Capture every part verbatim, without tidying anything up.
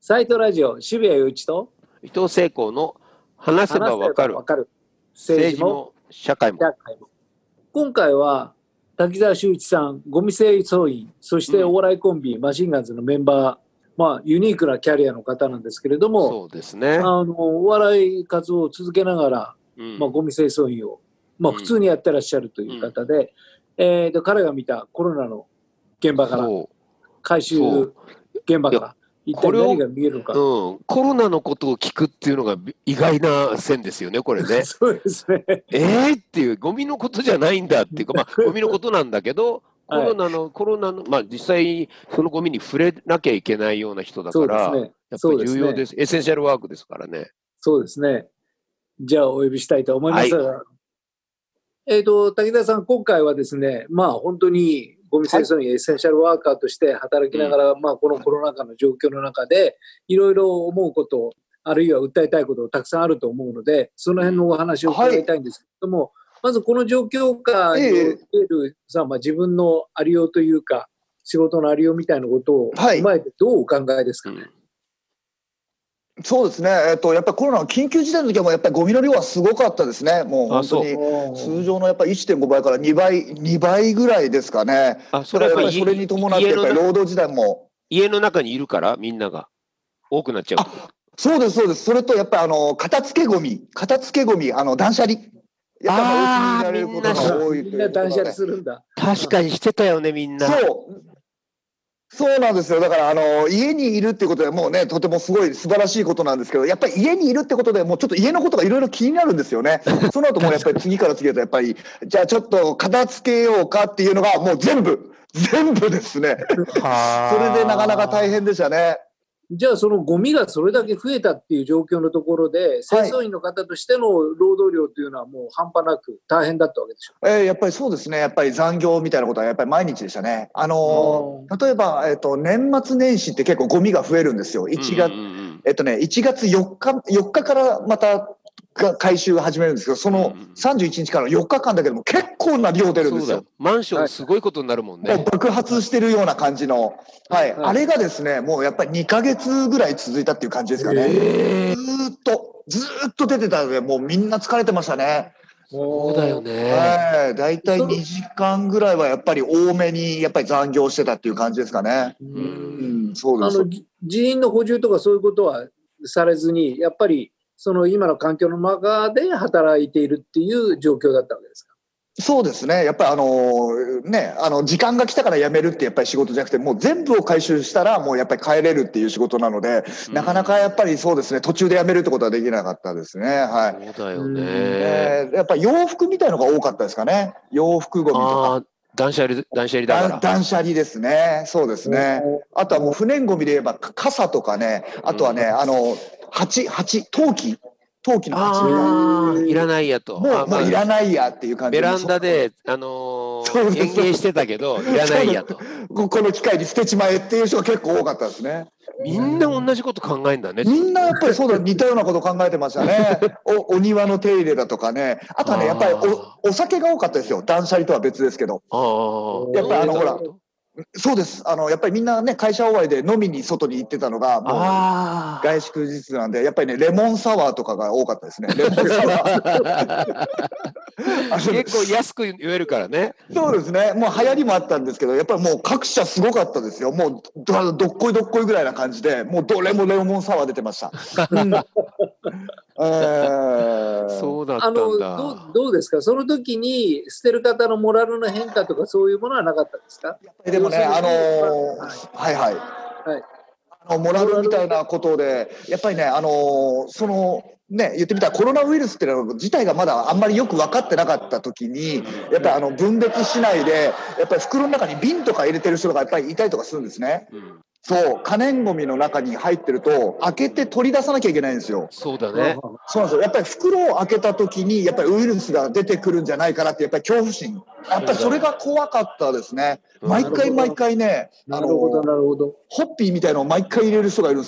サイトラジオ渋谷陽一と伊藤聖光の話せばわかる政治も社会も。 今回は滝沢秀一さん、五味清掃員、そしてお笑いコンビ、うん、マシンガンズのメンバー、まあ、ユニークなキャリアの方なんですけれども、 そうですね、 あのお笑い活動を続けながら、うんまあ、五味清掃員を、まあ、普通にやってらっしゃるという方で、うんえー、と彼が見たコロナの現場から回収現場から一体何が見えるのか、 うん、コロナのことを聞くっていうのが意外な線ですよね、これね。 そうですね。 えーっていう、ゴミのことじゃないんだっていうか、まあ、ゴミのことなんだけど、コロナの、はい、コロナの、まあ、実際、そのゴミに触れなきゃいけないような人だから、ね、やっぱり重要です、エッセンシャルワークですからね。 そうですね。じゃあ、お呼びしたいと思います。はい、えーと、滝田さん、今回はですね、まあ、本当に、ゴミ清掃員エッセンシャルワーカーとして働きながら、はいまあ、このコロナ禍の状況の中でいろいろ思うことあるいは訴えたいことたくさんあると思うのでその辺のお話を伺いたいんですけれども、はい、まずこの状況下における、えーまあ、自分のありようというか仕事のありようみたいなことを踏まえてどうお考えですかね。はいそうですね、えっと、やっぱりコロナの緊急事態の時はもうやっぱりゴミの量はすごかったですね。もう本当に通常のやっぱり いってんご 倍からにばい、にばいぐらいですかね。 あ、それはやっぱりそれに伴ってやっぱり労働時代も家の中にいるからみんなが多くなっちゃう。 あ、そうですそうです。それとやっぱりあの片付けゴミ、片付けゴミ、あの断捨離。 やっぱりお家にいられることが多いということで。 みんな断捨離するんだ。 確かにしてたよねみんな。 そう。そうなんですよ。だからあの家にいるっていうことでもうねとてもすごい素晴らしいことなんですけどやっぱり家にいるってことでもうちょっと家のことがいろいろ気になるんですよね。その後もやっぱり次から次へとやっぱりじゃあちょっと片付けようかっていうのがもう全部全部ですね。それでなかなか大変でしたね。 じゃあそのゴミがそれだけ増えたっていう状況のところで清掃員の方としての労働量というのはもう半端なく大変だったわけでしょう、 えー、やっぱりそうですね。やっぱり残業みたいなことはやっぱり毎日でしたね。あのー、例えば、えーと、年末年始って結構ゴミが増えるんですよ。いちがつ、えっとね、いちがつよっか、よっかからまた回収が始めるんですけどそのさんじゅういちにちからよっかかんだけでも結構な量出るんですよ。 マンションすごいことになるもんね。 もう爆発してるような感じの、はい、はい、あれがですねもうやっぱりにかげつぐらい続いたっていう感じですかね。ずーっとずーっと出てたのでもうみんな疲れてましたね。 そうだよね。 はい、だいたいにじかんぐらいはやっぱり多めにやっぱり残業してたっていう感じですかね。 うん、うん、そうです。あの人員の補充とかそういうことはされずにやっぱりその今の環境の中で働いているっていう状況だったわけですか。 そうですね。やっぱりあのね、あの時間が来たから辞めるってやっぱり仕事じゃなくて、もう全部を回収したらもうやっぱり帰れるっていう仕事なので、うん、なかなかやっぱりそうですね、途中で辞めるってことはできなかったですね。はい。 そうだよね。 えー、やっぱり洋服みたいのが多かったですかね。洋服ゴミとか。 断捨離、断捨離だから。 断捨離ですね。そうですね。あとはもう不燃ゴミで言えば傘とかね、あとはね、うん、あの、鉢、鉢、陶器。陶器の鉢みたいいらないやと。 もう、もういらないやっていう感じで。ベランダで、あのー、園芸してたけど、いらないやと。 この機械に捨てちまえっていう人が結構多かったですね。 みんな同じこと考えんだね。 みんなやっぱりそうだ、似たようなこと考えてましたね。お、お庭の手入れだとかね。あとはね、やっぱりお、お酒が多かったですよ。断捨離とは別ですけど。やっぱりあの、ほら。そうです。あの、やっぱりみんなね、会社終わりで飲みに外に行ってたのが、もう、外宿日なんで、やっぱりね、レモンサワーとかが多かったですね。レモンサワー。結構安く言えるからね。 そうですね。もう流行りもあったんですけど、やっぱりもう各社すごかったですよ。もうど、どっこいどっこいぐらいな感じで、もうどれもレモンサワー出てました。うんえー、そうだったんだ。あのどう、どうですかその時に捨てる方のモラルの変化とかそういうものはなかったですか。 でもね、あのー、はいはい、はい、あのモラルみたいなことでやっぱりね、あのー、そのね、言ってみたらコロナウイルスっていうの自体がまだあんまりよく分かってなかった時にやっぱりあの分別しないでやっぱり袋の中に瓶とか入れてる人がやっぱりいたりとかするんですね。うんそう可燃ごみの中に入ってると開けて取り出さなきゃいけないんですよ。 そうだね。 そうなんですよ。やっぱり袋を開けた時にやっぱりウイルスが出てくるんじゃないかなってやっぱり恐怖心やっぱりそれが怖かったですね。毎回毎回ねなるほどなるほどホッピーみたいのを毎回入れる人がいるんですよ。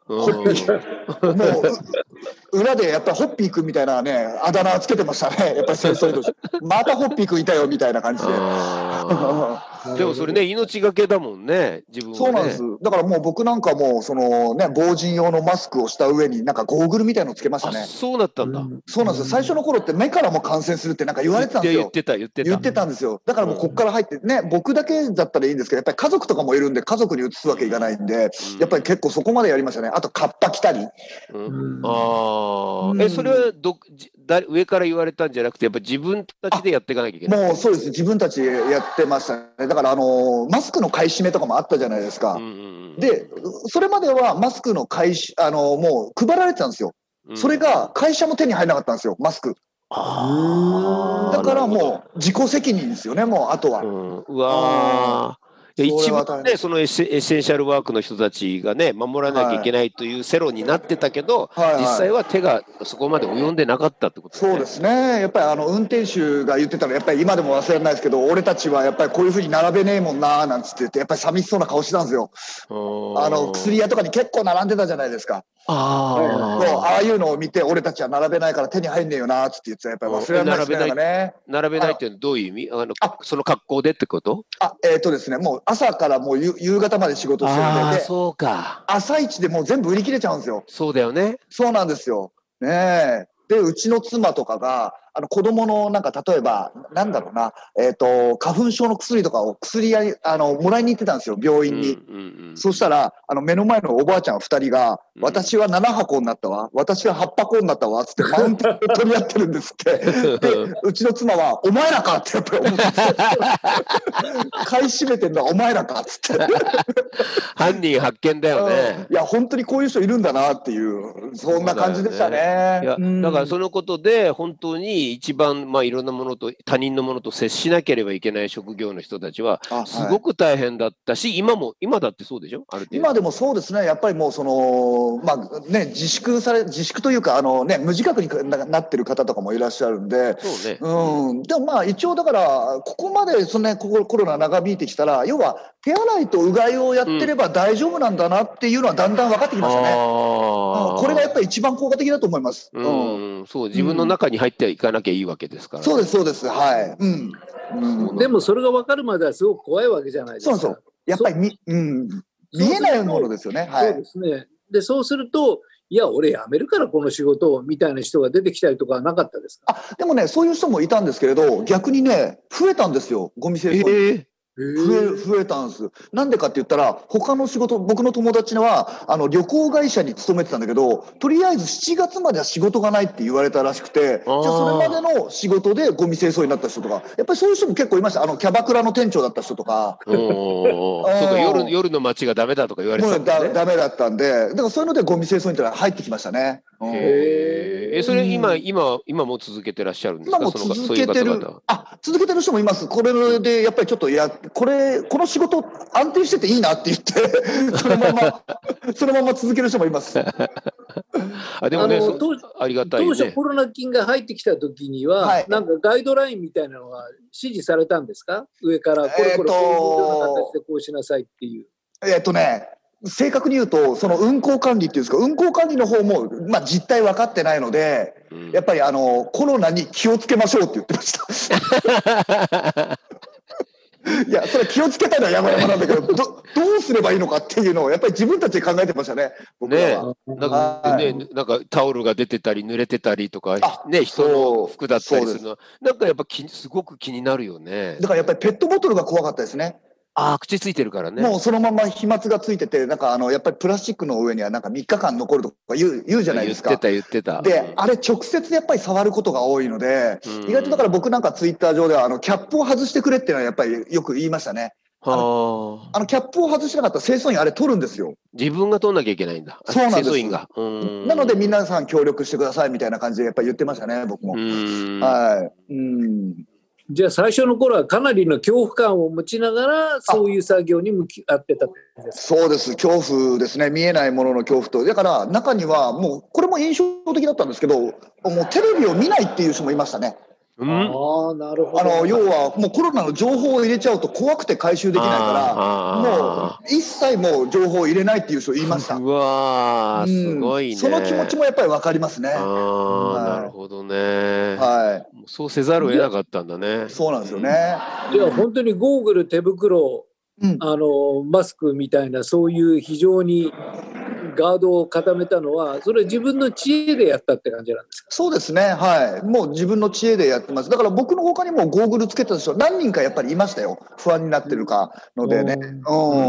ホッピーもう裏でやっぱりホッピー君みたいなねあだ名つけてましたね。やっぱり戦争員としてまたホッピー君いたよみたいな感じで。 でもそれね命がけだもんね自分はね。 そうなんです。だからもう僕なんかもそのね防塵用のマスクをした上になんかゴーグルみたいのつけましたね。 そうだったんだ。 そうなんですよ。最初の頃って目からも感染するってなんか言われてたんですよ。 言ってた言ってた言ってたんですよ。だからもうこっから入ってね僕だけだったらいいんですけどやっぱり家族とかもいるんで家族に移すわけいかないんでやっぱり結構そこまでやりましたね。あとカッパ着たり。 うん、ああ、えそれはどだ上から言われたんじゃなくてやっぱ自分たちでやっていかなきゃいけない。 もうそうです。自分たちやってましたね。だからあのマスクの買い占めとかもあったじゃないですか。うんうんうん、でそれまではマスクの買いあのもう配られてたんですよ。うん、それが会社も手に入らなかったんですよマスク。あだからもう自己責任ですよねもうあとは。うん、 うわ一番ねそのエッセエッセンシャルワークの人たちがね守らなきゃいけないというセロになってたけど、はいはいはい、実際は手がそこまで及んでなかったってことですね。 そうですね。やっぱりあの運転手が言ってたらやっぱり今でも忘れないですけど俺たちはやっぱりこういうふうに並べねえもんなーなんつって言ってやっぱり寂しそうな顔してたんですよ。あの薬屋とかに結構並んでたじゃないですか。あ, もうああいうのを見て俺たちは並べないから手に入んねえよなーって言ってやっぱり忘れられないですね。並べない、 並べないっていうのはどういう意味？あのあその格好でってこと？ あえっとですねもう朝からもう夕方まで仕事してるんで、 そうか。 朝一でもう全部売り切れちゃうんですよ。 そうだよね。 そうなんですよ。ねえ。でうちの妻とかがあの子供のなんか例えばなんだろうな、えーと、花粉症の薬とかを薬やあのもらいに行ってたんですよ病院に。うんうんうん、そしたらあの目の前のおばあちゃんふたりが、うん、私はななはこになったわ私ははっぱこになったわつってマウントで取り合ってるんですってでうちの妻はお前らかってやっぱり思って買い占めてんのはお前らかっつって犯人発見だよね。 いや本当にこういう人いるんだなっていうそんな感じでしたね。 いや、うん、だからそのことで本当に一番まあいろんなものと他人のものと接しなければいけない職業の人たちはすごく大変だったし、はい、今も今だってそうでしょある程度。 今でもそうですね。やっぱりもうそのまあね自粛され自粛というかあのね無自覚になってる方とかもいらっしゃるんで、そうね。うん。でもまあ一応だからここまでそのねコロナ長引いてきたら要は手洗いとうがいをやってれば大丈夫なんだなっていうのはだんだん分かってきましたね。うん、これがやっぱり一番効果的だと思います。 うん。うん、そう自分の中に入っていかなきゃいいわけですから、ね。 そうですそうです。はい。うん。 うん、でもそれが分かるまではすごく怖いわけじゃないですか。 そうそうやっぱりみ、うん、見えないものですよね。はい、 そうですね。でそうするといや俺辞めるからこの仕事をみたいな人が出てきたりとかはなかったですか？ あでもねそういう人もいたんですけれど逆にね増えたんですよゴミ清掃員。えー増え、増えたんです。なんでかって言ったら他の仕事僕の友達はあの旅行会社に勤めてたんだけどとりあえずしちがつまでは仕事がないって言われたらしくてじゃあそれまでの仕事でゴミ清掃員になった人とかやっぱりそういう人も結構いました。あのキャバクラの店長だった人とかそうか 夜, 夜の街がダメだとか言われてたんですね。 もうだダメだったんでだからそういうのでゴミ清掃員ってのは入ってきましたね。 へえそれ今、うん、今今も続けてらっしゃるんですか？ 今も続けてるあ続けてる人もいます。これでやっぱりちょっとやこれこの仕事安定してていいなって言ってそのままそのまま続ける人もいます。 あでもねあ当ありがたいね。 当初コロナ菌が入ってきた時には、はい、なんかガイドラインみたいなのが指示されたんですか？上からこれこれこういうような形でこうしなさいっていう。 えっとね正確に言うとその運行管理っていうんですか運行管理の方も、まあ、実態分かってないので、うん、やっぱりあのコロナに気をつけましょうって言ってましたいやそれ気をつけたのは山々なんだけど ど, どうすればいいのかっていうのをやっぱり自分たちで考えてましたね僕らは。 ねなんかね、なんかタオルが出てたり濡れてたりとかね人の服だったりするのはなんかやっぱきすごく気になるよね。 だからやっぱりペットボトルが怖かったですね。 ああ口ついてるからね。 もうそのまま飛沫がついててなんかあのやっぱりプラスチックの上にはなんかみっかかん残るとか言う、言うじゃないですか。 言ってた言ってた。 で、うん、あれ直接やっぱり触ることが多いので、うん、意外とだから僕なんかツイッター上ではあのキャップを外してくれっていうのはやっぱりよく言いましたね。あの、あのキャップを外してなかったら清掃員あれ取るんですよ。 自分が取んなきゃいけないんだ。 そうなんです。 清掃員が。 うんなので皆さん協力してくださいみたいな感じでやっぱり言ってましたね僕も。うんはい。うんじゃあ最初の頃はかなりの恐怖感を持ちながらそういう作業に向き合ってたんですか？ そうです恐怖ですね見えないものの恐怖とだから中にはもうこれも印象的だったんですけどもうテレビを見ないっていう人もいましたね。 うん、 ああ、なるほど。 あの要はもうコロナの情報を入れちゃうと怖くて回収できないから、もう一切もう情報を入れないっていう人言いました。 うわー、すごいね。 その気持ちもやっぱり分かりますね。 ああ、はい、なるほどね。 はい。 そうせざるを得なかったんだね。 そうなんですよね。 いや、本当にゴーグル、手袋、うん、あのマスクみたいな、そういう非常にガードを固めたのは、それは自分の知恵でやったって感じなんですか？ そうですね、はい、もう自分の知恵でやってます。だから僕の他にもゴーグルつけた人何人かやっぱりいましたよ、不安になってるかのでね。うん、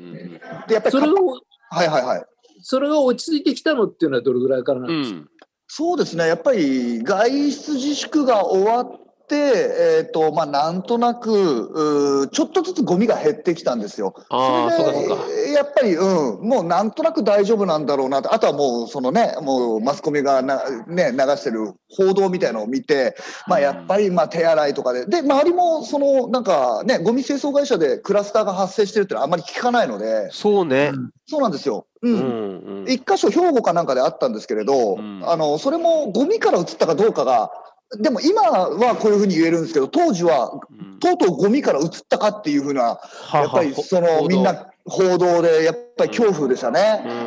でやっぱりそれを、はいはいはい、 それが落ち着いてきたのっていうのはどれぐらいからなんですか？うん、 そうですね、やっぱり外出自粛が終わって、えーとまあ、なんとなくちょっとずつゴミが減ってきたんですよ。 あそれでやっぱり、うん、もうなんとなく大丈夫なんだろうなと。あとはもうそのね、もうマスコミがな、ね、流してる報道みたいなのを見て、まあ、やっぱりまあ手洗いとかで、で周りもそのなんかね、ゴミ清掃会社でクラスターが発生してるっていうのはあんまり聞かないので。 そうね、 うん、そうなんですよ。うんうんうん、一箇所兵庫かなんかであったんですけれど、うん、あのそれもゴミから移ったかどうかが、でも今はこういうふうに言えるんですけど、当時はとうとうゴミから移ったかっていうふうな、やっぱりそのみんな報道でやっぱり恐怖でしたね。うん、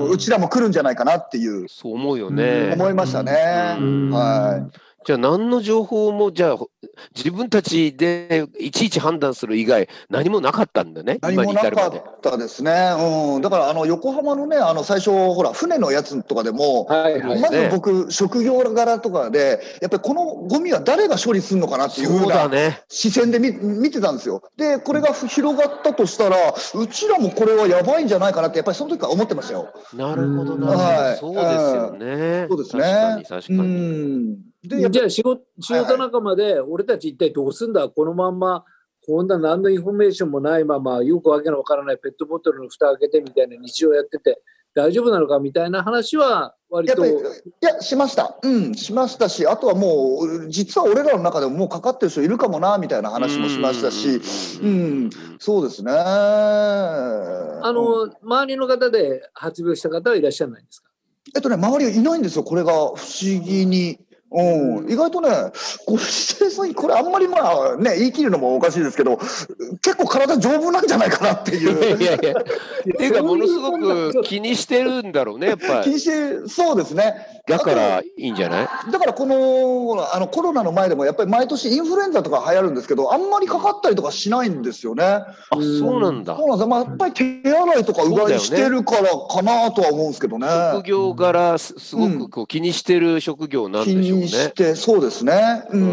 うちらも来るんじゃないかなっていう、 そう思うよね。 思いましたね。はい。 じゃあ何の情報もじゃあ自分たちでいちいち判断する以外何もなかったんだね。 何もなかったですね。うん、だからあの横浜のね、あの最初ほら船のやつとかでも、はいはい、まず僕職業柄とかでやっぱりこのゴミは誰が処理するのかなっていうふうな視線で 見, 見てたんですよ。でこれが広がったとしたらうちらもこれはやばいんじゃないかなってやっぱりその時から思ってましたよ。 なるほどな、はい、そうですよね。 そうですね。 確かに確かに。うんでじゃあ仕事、仕事仲間で俺たち一体どうすんだ、このまんまこんな何のインフォメーションもないままよくわけのわからないペットボトルの蓋開けてみたいな日常やってて大丈夫なのかみたいな話は割と。 やっぱりいやしました、うん、しましたし、あとはもう実は俺らの中でももうかかってる人いるかもなみたいな話もしましたし、うん、そうですね。あの周りの方で発病した方はいらっしゃらないんですか？ えっとね周りはいないんですよ。これが不思議に。うん、意外とね、ご時世さんこれあんまりまあね言い切るのもおかしいですけど、結構体丈夫なんじゃないかなっていう。 いやいやっていうかものすごく気にしてるんだろうねやっぱり。 気にしてそうですね。 だからいいんじゃない？ だからこのあのコロナの前でもやっぱり毎年インフルエンザとか流行るんですけど、あんまりかかったりとかしないんですよね。あ、 そうなんだ。 そうなんだ。まあやっぱり手洗いとかうがいしてるからかなとは思うんですけどね。 職業柄すごくこう気にしてる職業なんでしょうね。 気にしてそうですね。うん。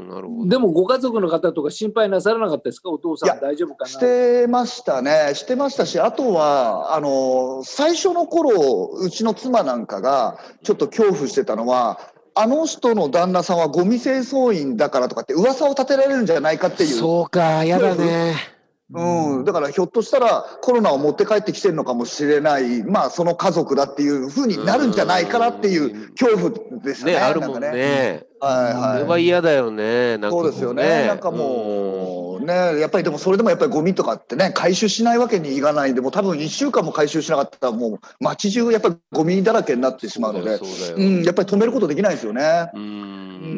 なるほど。でもご家族の方とか心配なさらなかったですか？お父さん大丈夫かな？ してましたね。してましたし、あとはあの最初の頃うちの妻なんかがちょっと恐怖してたのは、あの人の旦那さんはゴミ清掃員だからとかって噂を立てられるんじゃないかっていう。 そうか、やだね。 うん、だからひょっとしたらコロナを持って帰ってきてるのかもしれない、まあその家族だっていうふうになるんじゃないかなっていう恐怖ですね。 ね、あるもんね。はいはい。それは嫌だよね。 なんかそうですよね。なんかもうね、やっぱりでもそれでもやっぱりゴミとかってね回収しないわけにいかないんで、もう多分いっしゅうかんも回収しなかったらもう街中やっぱりゴミだらけになってしまうので、うん、やっぱり止めることできないですよね。 うん、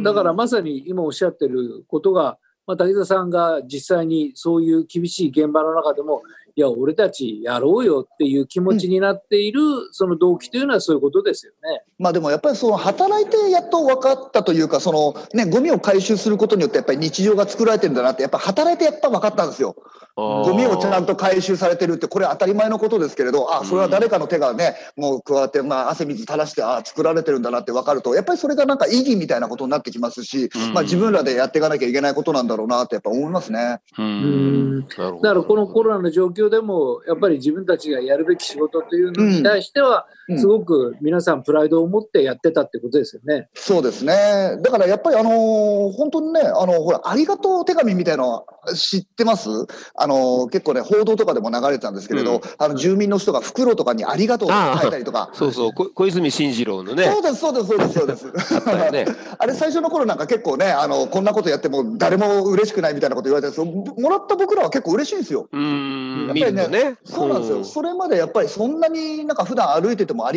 だからまさに今おっしゃってることが。まあ、武田さんが実際にそういう厳しい現場の中でもいや俺たちやろうよっていう気持ちになっている、うん、その動機というのはそういうことですよね。 まあでもやっぱりその働いてやっと分かったというか、そのねゴミを回収することによってやっぱり日常が作られてるんだなってやっぱ働いてやっぱ分かったんですよ。ゴミをちゃんと回収されてるってこれ当たり前のことですけれど、あそれは誰かの手がねもう加わって、まあ、汗水垂らしてあ作られてるんだなって分かると、やっぱりそれがなんか意義みたいなことになってきますし、うん、まあ自分らでやっていかなきゃいけないことなんだろうなってやっぱ思いますね。 うん、だからこのコロナの状況でもやっぱり自分たちがやるべき仕事というのに対してはすごく皆さんプライドを持ってやってたってことですよね。 そうですね。だからやっぱりあのー、本当にねあのほらありがとう手紙みたいなの知ってます？あの結構ね報道とかでも流れてたんですけれど、うん、あの住民の人が袋とかにありがとうって書いたりとか。 そうそう小泉進次郎のね。 そうですそうですそうですそうです。あ, ね、あれ最初の頃なんか結構ねあのこんなことやっても誰も嬉しくないみたいなこと言われてるんですけど、もらった僕らは結構嬉しいんですよ。 うんやっぱりね、ね、そうなんですよ。それまでやっぱりそんなになんか普段歩いててもありが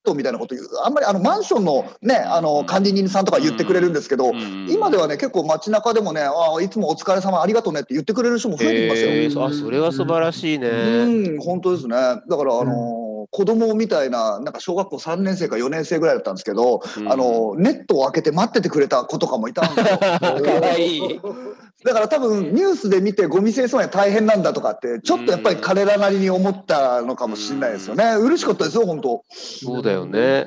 トみたいなこと言う、あんまりあのマンションのね、あの管理人さんとか言ってくれるんですけど、今ではね、結構街中でもね、あいつもお疲れ様ありがとうねって言ってくれる人も増えてきましたよ。 えー、あ、それは素晴らしいね。 うん、本当ですね。だからあのー子供みたいな、なんか小学校さんねん生かよねん生ぐらいだったんですけど、うん、あのネットを開けて待っててくれた子とかもいたんですよ。 かわいい。 だから多分ニュースで見てゴミ清掃員大変なんだとかってちょっとやっぱり彼らなりに思ったのかもしれないですよね。嬉しかったですよ本当。 そうだよね。うん。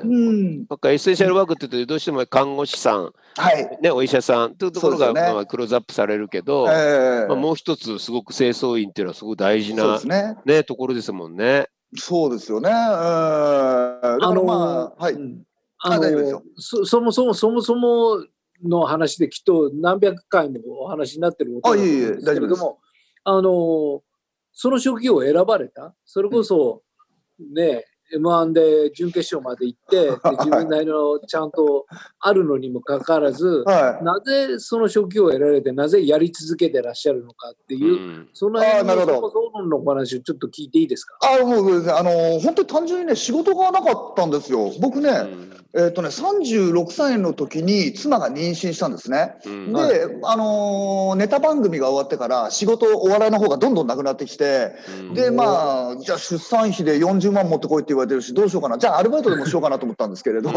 なんかエッセンシャルワークって言うとどうしても看護師さん、 はいね、お医者さんというところが、ね、まあ、クローズアップされるけど、えーまあ、もう一つすごく清掃員っていうのはすごく大事な、ねね、ところですもんね。 そうですよね。あのまあはい。 あのそそもそもそもそもの話できっと何百回もお話になってることなんですけれども、あのその職業を選ばれた、それこそね、エムワン で準決勝まで行ってで自分なりのちゃんとあるのにもかかわらず、はい、なぜその職業を得られてなぜやり続けてらっしゃるのかっていう、うん、その辺のそもそものお話をちょっと聞いていいですか。 あもうあの本当に単純にね仕事がなかったんですよ僕ね。うんえーとね、さんじゅうろくさいの時に妻が妊娠したんですね。うん、で、はい、あのー、ネタ番組が終わってから仕事お笑いの方がどんどんなくなってきて、うん、でまあじゃあ出産費でよんじゅうまん持ってこいって言われてるしどうしようかなじゃあアルバイトでもしようかなと思ったんですけれど、うん、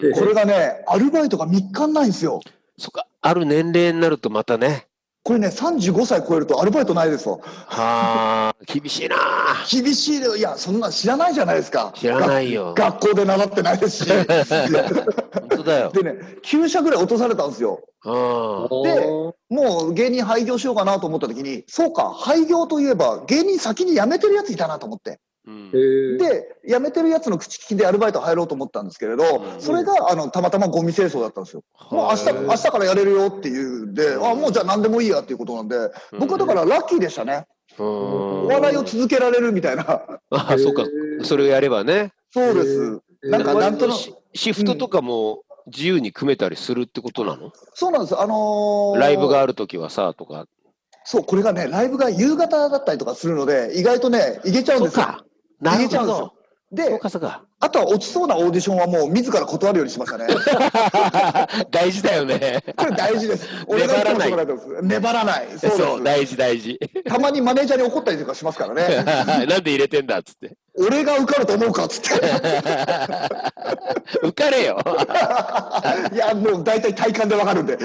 これがねアルバイトがみっかないんですよ。 そっか、ある年齢になるとまたね。 これねさんじゅうごさい超えるとアルバイトないですよ。 はあ厳しいな。 厳しいでいやそんな知らないじゃないですか。 知らないよ。 学校で習ってないですし。 本当だよ。 でねきゅう社ぐらい落とされたんですよ。でもう芸人廃業しようかなと思った時にそうか廃業といえば芸人先に辞めてるやついたなと思って。うん、で辞めてるやつの口利きでアルバイト入ろうと思ったんですけれど、うん、それがあのたまたまゴミ清掃だったんですよ。もう明日明日からやれるよっていうんで、あもうじゃあ何でもいいやっていうことなんで、僕はだからラッキーでしたね。お笑いを続けられるみたいな。 あそうかそれをやればね。 そうです。 なんかなんとなくシフトとかも自由に組めたりするってことなの？うん、 そうなんです。あのー、 ライブがあるときはさとか。 そうこれがねライブが夕方だったりとかするので意外とねいけちゃうんですよ。 なるほど。で、 そうかそうか。 あとは落ちそうなオーディションはもう自ら断るようにしましたね。 大事だよね。 これ大事です。 粘らない。 粘らない。 そうです。そう大事大事。 たまにマネージャーに怒ったりとかしますからね。 なんで入れてんだっつって。 俺が受かると思うかっつって。 受かれよ。 いやもう大体体感でわかるんで。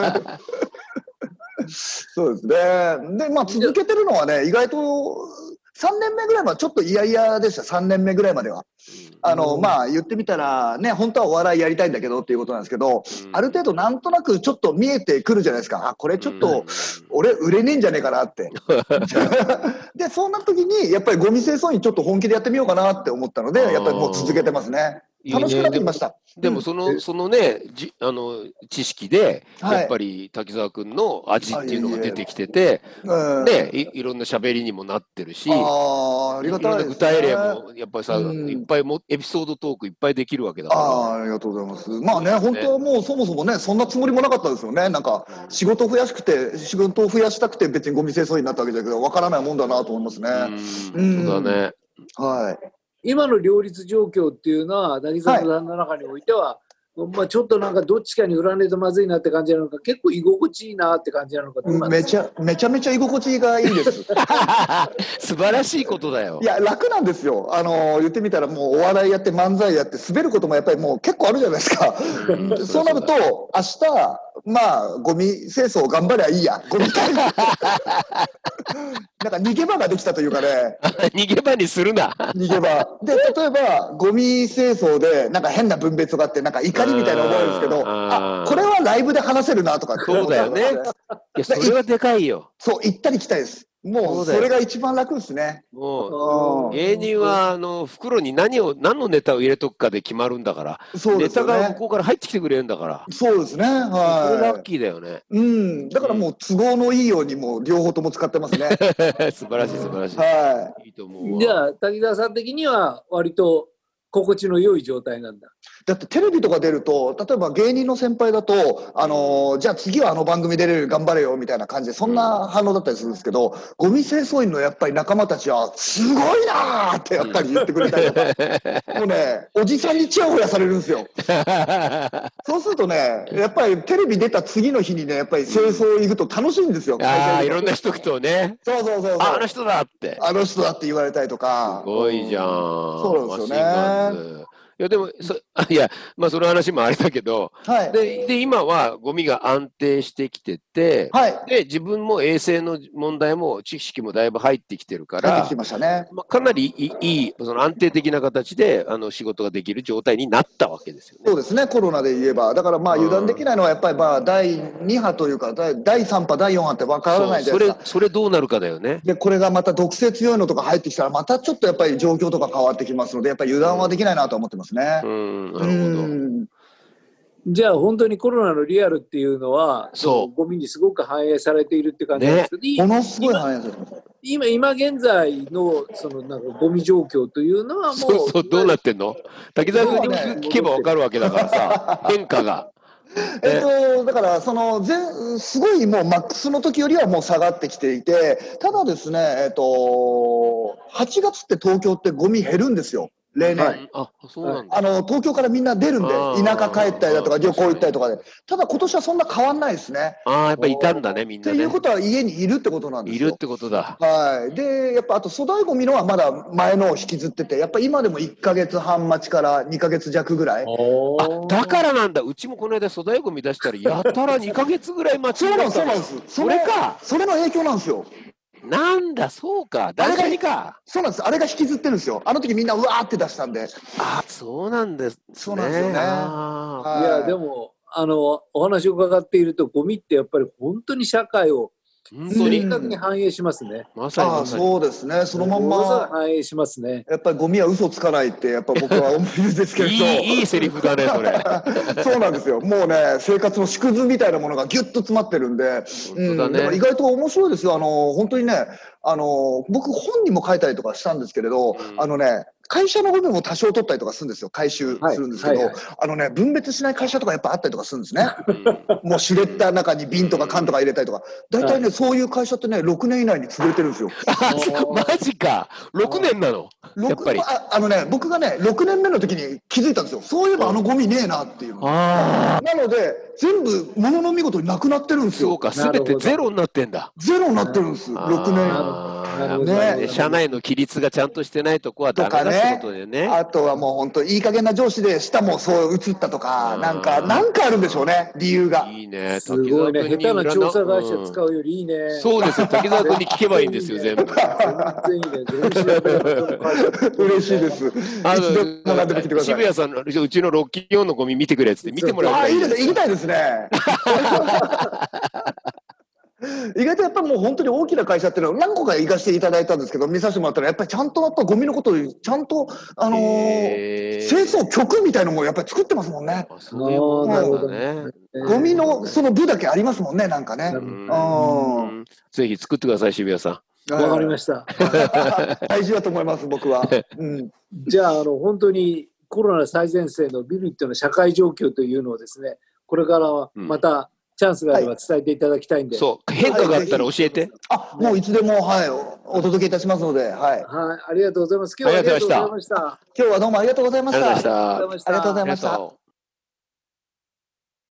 そうですね。でまあ続けてるのはね意外と。さんねんめぐらいまでちょっと嫌々でした。さんねんめぐらいまではあの、うん、まあ言ってみたらね本当はお笑いやりたいんだけどっていうことなんですけど、うん、ある程度なんとなくちょっと見えてくるじゃないですか。あこれちょっと俺売れねえんじゃねえかなってでそんな時にやっぱりゴミ清掃員ちょっと本気でやってみようかなって思ったのでやっぱりもう続けてますね。楽しくなってきました。 でもその、うん、そのねじあの知識で、はい、やっぱり滝沢君の味っていうのが出てきてて、うん、ね い, いろんな喋りにもなってるし、 あありがたいですね。 具体例もやっぱりさ、うん、いっぱいもエピソードトークいっぱいできるわけだから。 ああありがとうございます。まあね本当はもうそもそもねそんなつもりもなかったですよね。なんか仕事を増やしくて仕事を増やしたくて別にゴミ清掃員になったわけだけどわからないもんだなと思いますね。 うん、そうだね。 はい。 今の両立状況っていうのは滝沢さんの中においては、はい、まあ、ちょっとなんかどっちかに売らねえとまずいなって感じなのか結構居心地いいなって感じなのかどうなんですか。 めちゃめちゃめちゃ居心地がいいです素晴らしいことだよ。 いや楽なんですよ。あの言ってみたらもうお笑いやって漫才やって滑ることもやっぱりもう結構あるじゃないですか。うん、そうなると明日まあゴミ清掃頑張りゃいいやゴミ対なんか逃げ場ができたというかね逃げ場にするな逃げ場で例えばゴミ清掃でなんか変な分別があってなんか怒りみたいな思うんですけどあこれはライブで話せるなとかそうだよね。いやそれはでかいよ。 そう行ったり来たりです。もうそれが一番楽ですね。 もう芸人はあの袋に何を何のネタを入れとくかで決まるんだから、 そうですよね、 ネタが向こうから入ってきてくれるんだから。 そうですね。はい。 それラッキーだよね。 うん。だからもう都合のいいようにも両方とも使ってますね。 素晴らしい素晴らしい。 はい。 いいと思う。 じゃあ滝沢さん的には割と心地の良い状態なんだ。 だってテレビとか出ると、例えば芸人の先輩だと、あのー、じゃあ次はあの番組出れる頑張れよみたいな感じで、そんな反応だったりするんですけど、ゴミ清掃員のやっぱり仲間たちは、すごいなーってやっぱり言ってくれたりとか、もうね、おじさんにチヤホヤされるんですよ。そうするとね、やっぱりテレビ出た次の日にね、やっぱり清掃行くと楽しいんですよ。 ああ、いろんな人とね。 そうそうそうそう。 あの人だって。 あの人だって言われたりとか。 すごいじゃん。 そうなんですよね。 いやでもそいやまあその話もあれだけど、はい、でで今はゴミが安定してきてて、はい、で自分も衛生の問題も知識もだいぶ入ってきてるから、 入ってきましたね。 まあ、かなりいい、いいその安定的な形であの仕事ができる状態になったわけですよね。 そうですね、コロナで言えば、だからまあ油断できないのはやっぱりまあだいに波というかだいさん波だいよん波って分からないじゃないですか。 それそれどうなるかだよね。 でこれがまた毒性強いのとか入ってきたらまたちょっとやっぱり状況とか変わってきますので、やっぱり油断はできないなと思ってますね。 うんうんなるほど。 じゃあ本当にコロナのリアルっていうのはそうゴミにすごく反映されているって感じなんですけど、 ね、ものすごい反映されてます。 今今現在のそのなんかゴミ状況というのはもうそうそうどうなってんの？滝沢君に聞けば分かるわけだからさ変化が。 えっと、だからそのぜすごいもうマックスの時よりはもう下がってきていて、ただですね、えっと、はちがつって東京ってゴミ減るんですよ。例年、はい、 あそうなんだ。 あの東京からみんな出るんで、田舎帰ったりだとか旅行行ったりとかで、ただ今年はそんな変わんないですね。 ああやっぱいたんだねみんなね。 っていうことは家にいるってことなんですよ。 いるってことだ。 はい。でやっぱあと粗大ゴミのはまだ前のを引きずってて、やっぱ今でもいっかげつはん待ちからにかげつ弱ぐらい。 あだからなんだ。うちもこの間粗大ゴミ出したらやたらにかげつぐらい待ちになった。 そうなんです。 それか。 それの影響なんですよ。 なんだそうか断捨離か。 そうなんです。あれが引きずってるんですよ。あの時みんなうわーって出したんで。 あそうなんですね。 そうなんですよね。いやでもあのお話を伺っているとゴミってやっぱり本当に社会を明確に反映しますね。 まさにあそうですね。そのまんま反映しますね。 やっぱりゴミは嘘つかないってやっぱ僕は思うんですけど。いいいいセリフだねそれ。 そうなんですよ。もうね生活の縮図みたいなものがギュッと詰まってるんで、うん、だから意外と面白いですよ。あの本当にねあの僕本にも書いたりとかしたんですけれど、うん、あのね。会社のゴミも多少取ったりとかするんですよ。回収するんですけど、はいはいはい、あのね、分別しない会社とかやっぱあったりとかするんですね。もうシュレッダーの中に瓶とか缶とか入れたりとか。大体ね、はい、そういう会社ってね、ろくねん以内に潰れてるんですよ。 マジか。ろくねんなのやっぱり。 あ, あのね、僕がね、ろくねんめの時に気づいたんですよ。そういえばあのゴミねえなっていうの。なので、全部物の見事になくなってるんですよ。 そうか、すべてゼロになってんだ。 ゼロになってるんです。ろくねん。 ね、社内の規律がちゃんとしてないとこはダメだってことでね。 あとはもう本当いい加減な上司で下もそう移ったとか、なんかなんかあるんでしょうね、理由が。 いいね。 すごいね。下手な調査会社使うよりいいね。 そうですよ。滝沢君に聞けばいいんですよ、全部。 全然いいね。 嬉しいです。 あの渋谷さんのうちのロッキーよんのゴミ見てくれっつって見てもらえばいい。 あ、いいです。行きたいですね。意外とやっぱりもう本当に大きな会社っていうのは何個か行かせていただいたんですけど、見させてもらったらやっぱりちゃんとやっぱゴミのことをちゃんとあのー、清掃局みたいのもやっぱり作ってますもんね。 そういうことだね。 ゴミのその部だけありますもんね、なんかね。 ぜひ作ってください、渋谷さん。 わかりました。 大事だと思います、僕は。うん、 じゃあ、あの本当にコロナ最前線のビビッドな社会状況というのをですね、これからはまた、うんチャンスがあれば伝えていただきたいんで、 はい、そう変化があったら教えて。 あ、もういつでもはいお届けいたしますので、はい。 はい、ありがとうございます。今日はありがとうございました。 今日はどうもありがとうございました。 ありがとうございました。 ありがとうございました。